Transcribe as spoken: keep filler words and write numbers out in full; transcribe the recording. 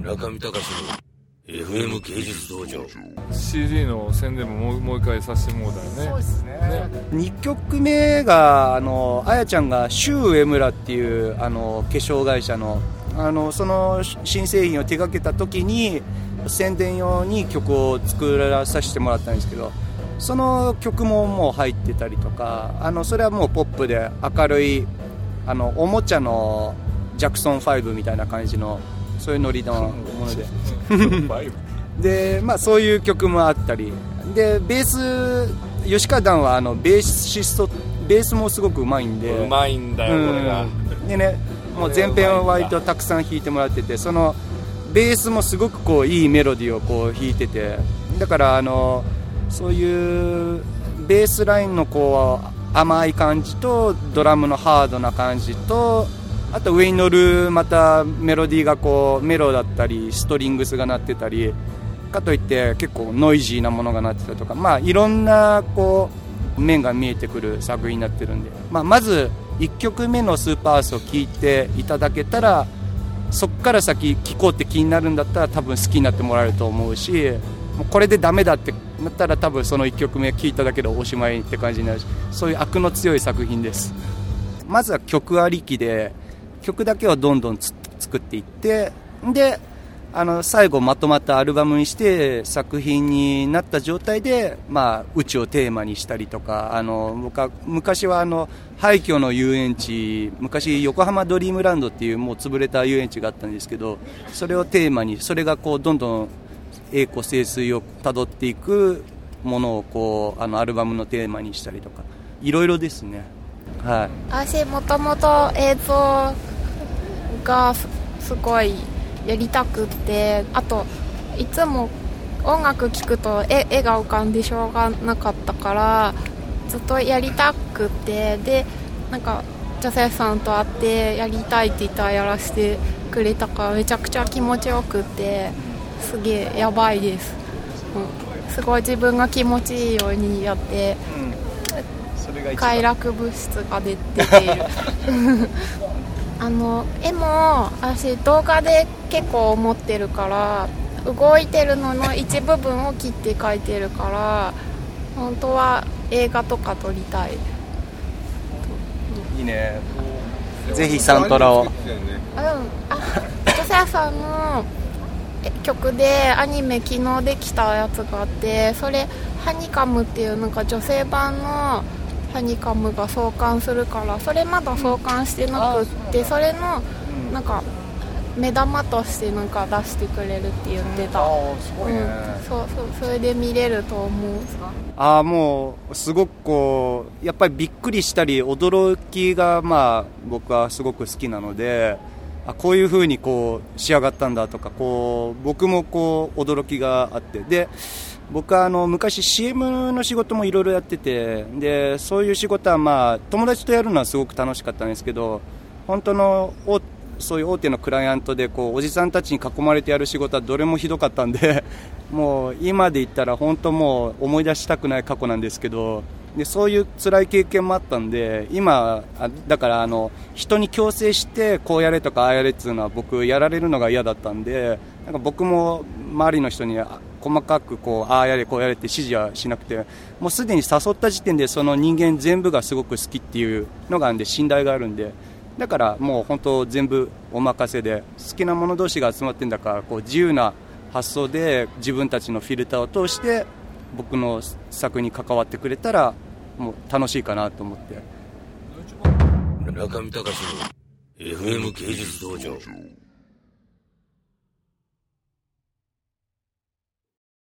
中見隆の エフエム 芸術道場。 シーディー の宣伝ももう、もう一回させてもらったよね。 そうですね。 ね、 にきょくめがあのあやちゃんがシュウエムラっていうあの化粧会社のあのその新製品を手掛けた時に宣伝用に曲を作らさせてもらったんですけど、その曲ももう入ってたりとか、あのそれはもうポップで明るいあのおもちゃのジャクソンファイブみたいな感じのそういうノリのものでで、まあ、そういう曲もあったりで、ベース吉川段はあのベーシストベースもすごくうまいんで、 うまいんだよ、うん、これがでね、もう前編は割とたくさん弾いてもらってて、そのベースもすごくこういいメロディーをこう弾いてて、だからあのそういうベースラインのこう甘い感じとドラムのハードな感じと、あと上に乗るまたメロディーがこうメロだったりストリングスが鳴ってたりかといって結構ノイジーなものが鳴ってたりとか、まあいろんなこう面が見えてくる作品になってるんで、まあ、まずいっきょくめのスーパーアースを聴いていただけたら、そこから先聴こうって気になるんだったら多分好きになってもらえると思うし、もうこれでダメだってなったら多分そのいっきょくめ聴いただけでおしまいって感じになるし、そういう悪の強い作品です。まずは曲ありきで曲だけをどんどんつ作っていって、であの最後まとまったアルバムにして作品になった状態で、まあ、宇宙をテーマにしたりとか、あの僕は昔はあの廃墟の遊園地、昔横浜ドリームランドっていうもう潰れた遊園地があったんですけど、それをテーマに、それがこうどんどん栄光盛衰をたどっていくものをこうあのアルバムのテーマにしたりとか、いろいろですね。はい、 私もともと映像がすごいやりたくって、あといつも音楽聴くと 絵, 絵が浮かんでしょうがなかったからずっとやりたくて、でなんか女性さんと会ってやりたいって言ったらやらせてくれたからめちゃくちゃ気持ちよくて、すげえやばいです、うん、すごい自分が気持ちいいようにやって、うん、快楽物質が出ているあの絵も私動画で結構思ってるから、動いてるのの一部分を切って描いてるから本当は映画とか撮りたい。 いいね、ぜひサントラを。うん、 あ、女性さんの曲でアニメ昨日できたやつがあって、それハニカムっていうなんか女性版のハニカムが創刊するから、それまだ創刊してなくって、それのなんか目玉としてなんか出してくれるって言ってた。 あ、すごいね、うん、 そうそう、それで見れると思う。 あ、もうすごくこうやっぱりびっくりしたり驚きが、まあ僕はすごく好きなので、あ、こういう風にこう仕上がったんだとか、こう僕もこう驚きがあって、で僕はあの昔 シーエム の仕事もいろいろやってて、でそういう仕事はまあ友達とやるのはすごく楽しかったんですけど、本当のそういう大手のクライアントでこうおじさんたちに囲まれてやる仕事はどれもひどかったんでもう今で言ったら本当もう思い出したくない過去なんですけど、でそういう辛い経験もあったんで、今だからあの人に強制してこうやれとかああやれっていうのは僕やられるのが嫌だったんで、なんか僕も周りの人に細かくこうああやれこうやれって指示はしなくて、もうすでに誘った時点でその人間全部がすごく好きっていうのがあるんで、信頼があるんで、だからもう本当全部お任せで、好きな者同士が集まってんだからこう自由な発想で自分たちのフィルターを通して僕の作に関わってくれたらもう楽しいかなと思って。 中見隆の エフエム 芸術道場。